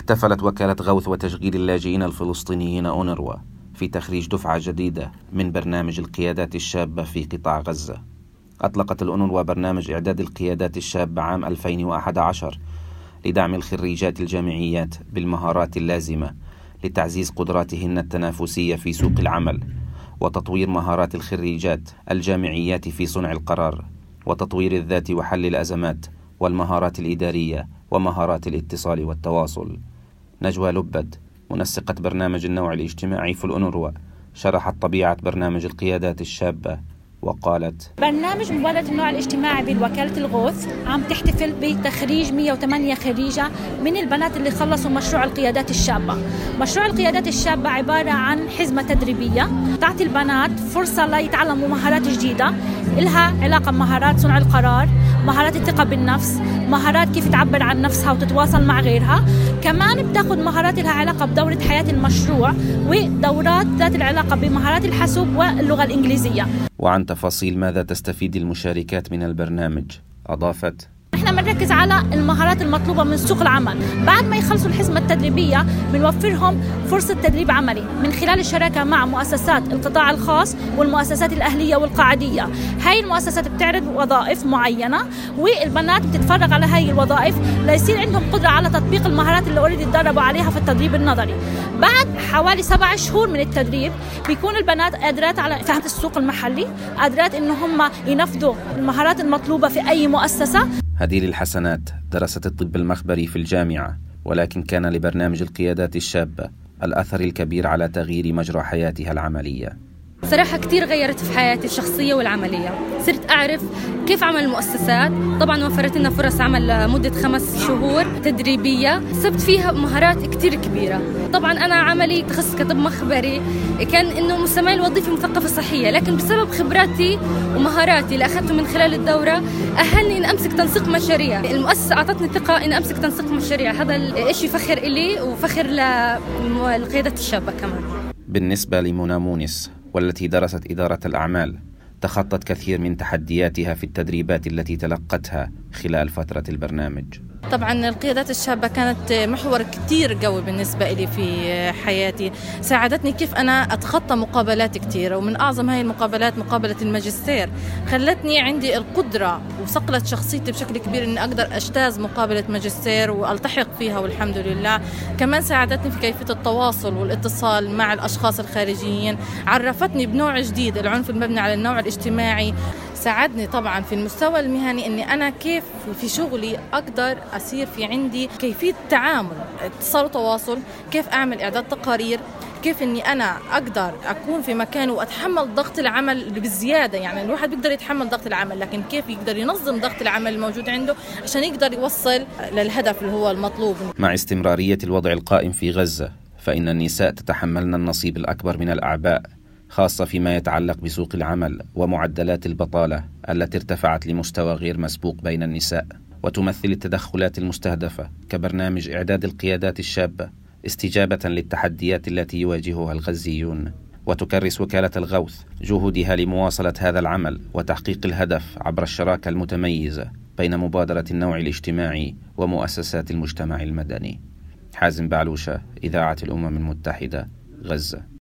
احتفلت وكالة غوث وتشغيل اللاجئين الفلسطينيين أونروا في تخريج دفعة جديدة من برنامج القيادات الشابة في قطاع غزة. أطلقت الأونروا برنامج إعداد القيادات الشابة عام 2011 لدعم الخريجات الجامعيات بالمهارات اللازمة لتعزيز قدراتهن التنافسية في سوق العمل، وتطوير مهارات الخريجات الجامعيات في صنع القرار وتطوير الذات وحل الأزمات والمهارات الإدارية ومهارات الاتصال والتواصل. نجوى لبد، منسقة برنامج النوع الاجتماعي في الأونروا، شرحت طبيعة برنامج القيادات الشابة وقالت: برنامج مبادرة النوع الاجتماعي بالوكالة الغوث عم تحتفل بتخريج 108 خريجة من البنات اللي خلصوا مشروع القيادات الشابة. مشروع القيادات الشابة عبارة عن حزمة تدريبية تعطي البنات فرصة ليتعلموا مهارات جديدة إلها علاقة بمهارات صنع القرار، مهارات الثقة بالنفس، مهارات كيف تعبر عن نفسها وتتواصل مع غيرها. كمان بتاخد مهارات لها علاقة بدورة حياة المشروع ودورات ذات العلاقة بمهارات الحاسوب واللغة الإنجليزية. وعن تفاصيل ماذا تستفيد المشاركات من البرنامج أضافت: احنا بنركز على المهارات المطلوبة من سوق العمل. بعد ما يخلصوا الحزمة التدريبية بنوفرهم فرصة تدريب عملي من خلال الشراكة مع مؤسسات القطاع الخاص والمؤسسات الأهلية والقاعدية. هاي المؤسسات بتعرض وظائف معينة والبنات بتتفرغ على هاي الوظائف ليصير عندهم قدرة على تطبيق المهارات اللي أوريدي تدربوا عليها في التدريب النظري. بعد حوالي 7 شهور من التدريب بيكون البنات قادرات على فهم السوق المحلي، قادرات إنه هم ينفذوا المهارات المطلوبة في أي مؤسسة. هديل الحسنات درست الطب المخبري في الجامعة، ولكن كان لبرنامج القيادات الشابة الأثر الكبير على تغيير مجرى حياتها العملية. صراحة كتير غيرت في حياتي الشخصية والعملية. صرت أعرف كيف عمل المؤسسات، طبعا وفرت لنا فرص عمل لمدة 5 شهور تدريبية صبت فيها مهارات كتير كبيرة. طبعا أنا عملي تخصص كطب مخبري، كان إنه مسمى الوظيفي مثقفة صحية، لكن بسبب خبراتي ومهاراتي اللي أخذته من خلال الدورة أهلني إن أمسك تنسيق مشاريع. المؤسسة أعطتني ثقة إن أمسك تنسيق مشاريع، هذا الشيء فخر إلي وفخر للقيادة الشابة كمان. بالنسبة لمنى مونس والتي درست إدارة الأعمال، تخطت كثير من تحدياتها في التدريبات التي تلقتها خلال فترة البرنامج. طبعا القيادات الشابة كانت محور كتير قوي بالنسبة لي في حياتي، ساعدتني كيف أنا أتخطى مقابلات كتيرة، ومن أعظم هاي المقابلات مقابلة الماجستير. خلتني عندي القدرة وصقلت شخصيتي بشكل كبير أني أقدر أجتاز مقابلة ماجستير وألتحق فيها والحمد لله. كمان ساعدتني في كيفية التواصل والاتصال مع الأشخاص الخارجيين، عرفتني بنوع جديد العنف المبني على النوع الاجتماعي. ساعدني طبعا في المستوى المهني أني أنا كيف في شغلي أقدر أصير في عندي كيفية تعامل، اتصال وتواصل، كيف أعمل إعداد تقارير، كيف أني أنا أقدر أكون في مكان وأتحمل ضغط العمل بالزيادة. يعني الواحد بيقدر يتحمل ضغط العمل، لكن كيف يقدر ينظم ضغط العمل الموجود عنده عشان يقدر يوصل للهدف اللي هو المطلوب. مع استمرارية الوضع القائم في غزة، فإن النساء تتحملن النصيب الأكبر من الأعباء، خاصة فيما يتعلق بسوق العمل ومعدلات البطالة التي ارتفعت لمستوى غير مسبوق بين النساء. وتمثل التدخلات المستهدفة كبرنامج إعداد القيادات الشابة استجابة للتحديات التي يواجهها الغزيون. وتكرس وكالة الغوث جهودها لمواصلة هذا العمل وتحقيق الهدف عبر الشراكة المتميزة بين مبادرة النوع الاجتماعي ومؤسسات المجتمع المدني. حازم بعلوشة، إذاعة الأمم المتحدة، غزة.